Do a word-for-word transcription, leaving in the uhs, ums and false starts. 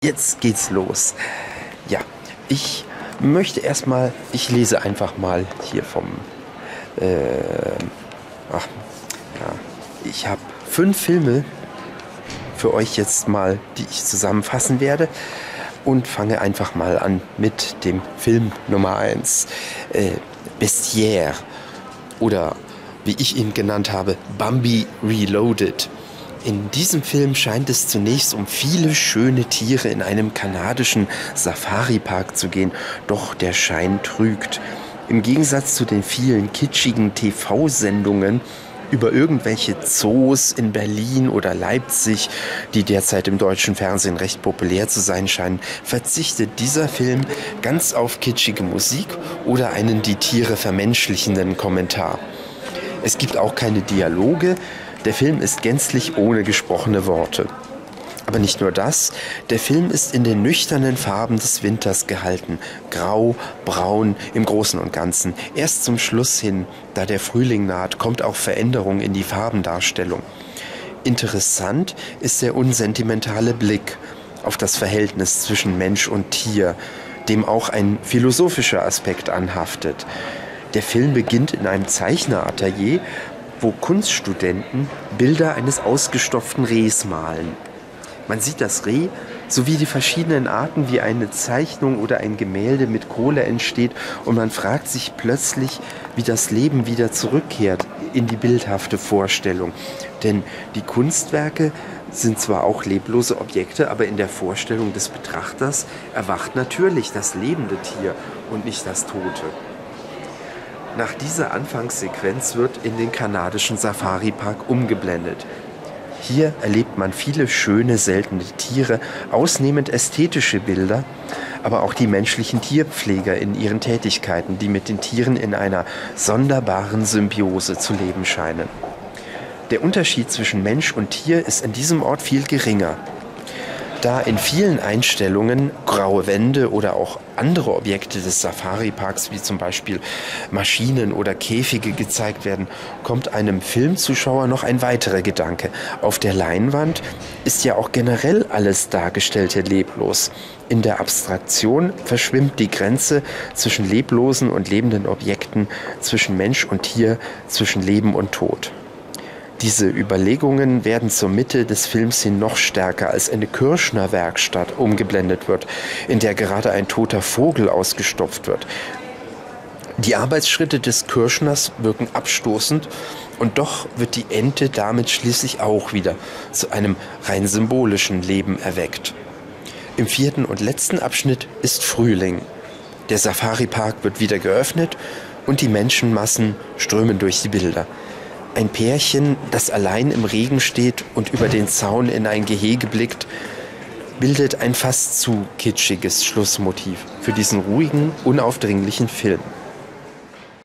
Jetzt geht's los. Ja, ich möchte erstmal, ich lese einfach mal hier vom, äh, ach, ja, ich habe fünf Filme für euch jetzt mal, die ich zusammenfassen werde und fange einfach mal an mit dem Film Nummer eins, äh, Bestiaire oder wie ich ihn genannt habe, Bambi Reloaded. In diesem Film scheint es zunächst um viele schöne Tiere in einem kanadischen Safari-Park zu gehen, doch der Schein trügt. Im Gegensatz zu den vielen kitschigen T V-Sendungen über irgendwelche Zoos in Berlin oder Leipzig, die derzeit im deutschen Fernsehen recht populär zu sein scheinen, verzichtet dieser Film ganz auf kitschige Musik oder einen die Tiere vermenschlichenden Kommentar. Es gibt auch keine Dialoge. Der Film ist gänzlich ohne gesprochene Worte. Aber nicht nur das, der Film ist in den nüchternen Farben des Winters gehalten. Grau, braun im Großen und Ganzen. Erst zum Schluss hin, da der Frühling naht, kommt auch Veränderung in die Farbendarstellung. Interessant ist der unsentimentale Blick auf das Verhältnis zwischen Mensch und Tier, dem auch ein philosophischer Aspekt anhaftet. Der Film beginnt in einem Zeichneratelier, wo Kunststudenten Bilder eines ausgestopften Rehs malen. Man sieht das Reh sowie die verschiedenen Arten, wie eine Zeichnung oder ein Gemälde mit Kohle entsteht, und man fragt sich plötzlich, wie das Leben wieder zurückkehrt in die bildhafte Vorstellung. Denn die Kunstwerke sind zwar auch leblose Objekte, aber in der Vorstellung des Betrachters erwacht natürlich das lebende Tier und nicht das Tote. Nach dieser Anfangssequenz wird in den kanadischen Safari-Park umgeblendet. Hier erlebt man viele schöne, seltene Tiere, ausnehmend ästhetische Bilder, aber auch die menschlichen Tierpfleger in ihren Tätigkeiten, die mit den Tieren in einer sonderbaren Symbiose zu leben scheinen. Der Unterschied zwischen Mensch und Tier ist an diesem Ort viel geringer. Da in vielen Einstellungen graue Wände oder auch andere Objekte des Safari-Parks, wie zum Beispiel Maschinen oder Käfige gezeigt werden, kommt einem Filmzuschauer noch ein weiterer Gedanke. Auf der Leinwand ist ja auch generell alles Dargestellte leblos. In der Abstraktion verschwimmt die Grenze zwischen leblosen und lebenden Objekten, zwischen Mensch und Tier, zwischen Leben und Tod. Diese Überlegungen werden zur Mitte des Films hin noch stärker, als eine Kürschner-Werkstatt umgeblendet wird, in der gerade ein toter Vogel ausgestopft wird. Die Arbeitsschritte des Kürschners wirken abstoßend, und doch wird die Ente damit schließlich auch wieder zu einem rein symbolischen Leben erweckt. Im vierten und letzten Abschnitt ist Frühling. Der Safari-Park wird wieder geöffnet und die Menschenmassen strömen durch die Bilder. Ein Pärchen, das allein im Regen steht und über den Zaun in ein Gehege blickt, bildet ein fast zu kitschiges Schlussmotiv für diesen ruhigen, unaufdringlichen Film.